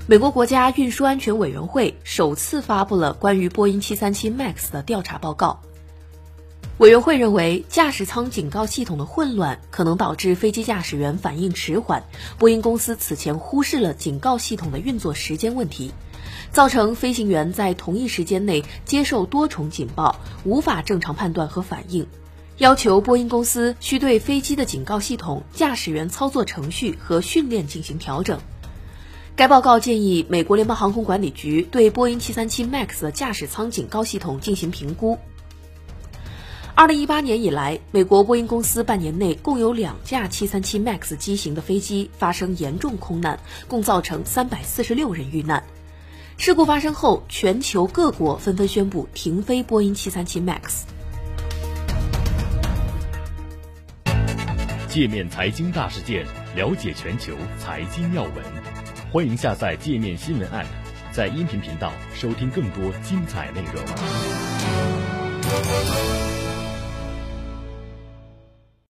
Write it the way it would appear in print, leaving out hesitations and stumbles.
美国国家运输安全委员会首次发布了关于波音737 MAX 的调查报告。委员会认为，驾驶舱警告系统的混乱可能导致飞机驾驶员反应迟缓，波音公司此前忽视了警告系统的运作时间问题，造成飞行员在同一时间内接受多重警报，无法正常判断和反应，要求波音公司需对飞机的警告系统、驾驶员操作程序和训练进行调整。该报告建议美国联邦航空管理局对波音737 MAX 的驾驶舱警告系统进行评估。2018年以来，美国波音公司半年内共有2架737 MAX 机型的飞机发生严重空难，共造成346人遇难。事故发生后，全球各国纷纷宣布停飞波音737 MAX。 界面财经大事件，了解全球财经要闻。欢迎下载界面新闻 App， 在音频频道收听更多精彩内容。